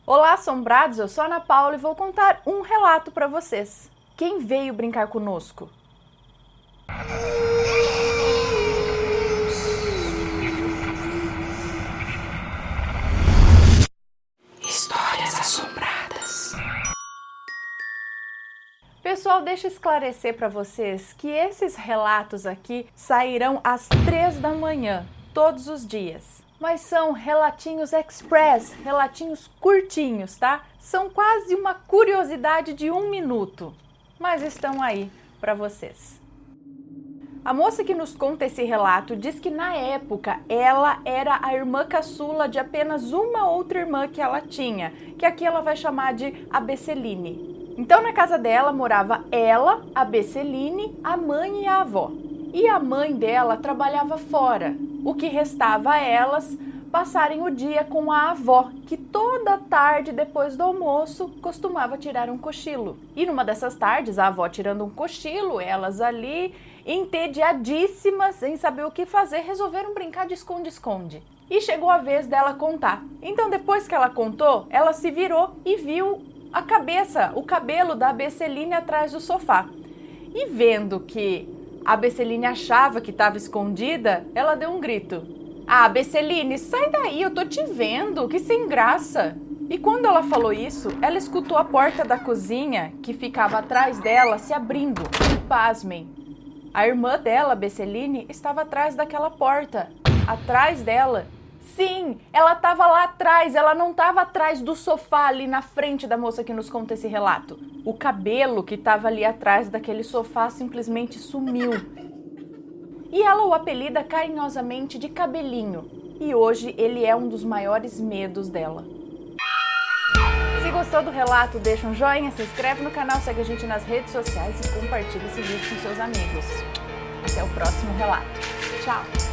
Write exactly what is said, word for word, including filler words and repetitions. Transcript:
Olá, assombrados! Eu sou a Ana Paula e vou contar um relato para vocês. Quem veio brincar conosco? Histórias assombradas. Pessoal, deixa eu esclarecer para vocês que esses relatos aqui sairão às três da manhã, todos os dias. Mas são relatinhos express, relatinhos curtinhos, tá? São quase uma curiosidade de um minuto, mas estão aí para vocês. A moça que nos conta esse relato diz que na época ela era a irmã caçula de apenas uma outra irmã que ela tinha, que aqui ela vai chamar de a Besseline. Então na casa dela morava ela, a Besseline, a mãe e a avó. E a mãe dela trabalhava fora, o que restava a elas passarem o dia com a avó, que toda tarde depois do almoço costumava tirar um cochilo. E numa dessas tardes, a avó tirando um cochilo, elas ali, entediadíssimas, sem saber o que fazer, resolveram brincar de esconde-esconde. E chegou a vez dela contar. Então depois que ela contou, ela se virou e viu a cabeça, o cabelo da Besseline atrás do sofá. E vendo que a Besseline achava que estava escondida, ela deu um grito. Ah, Besseline, sai daí, eu tô te vendo, que sem graça. E quando ela falou isso, ela escutou a porta da cozinha, que ficava atrás dela, se abrindo. E pasmem, a irmã dela, Besseline, estava atrás daquela porta, atrás dela. Sim, ela estava lá atrás, ela não estava atrás do sofá ali na frente da moça que nos conta esse relato. O cabelo que estava ali atrás daquele sofá simplesmente sumiu. E ela o apelida carinhosamente de Cabelinho. E hoje ele é um dos maiores medos dela. Se gostou do relato, deixa um joinha, se inscreve no canal, segue a gente nas redes sociais e compartilha esse vídeo com seus amigos. Até o próximo relato. Tchau!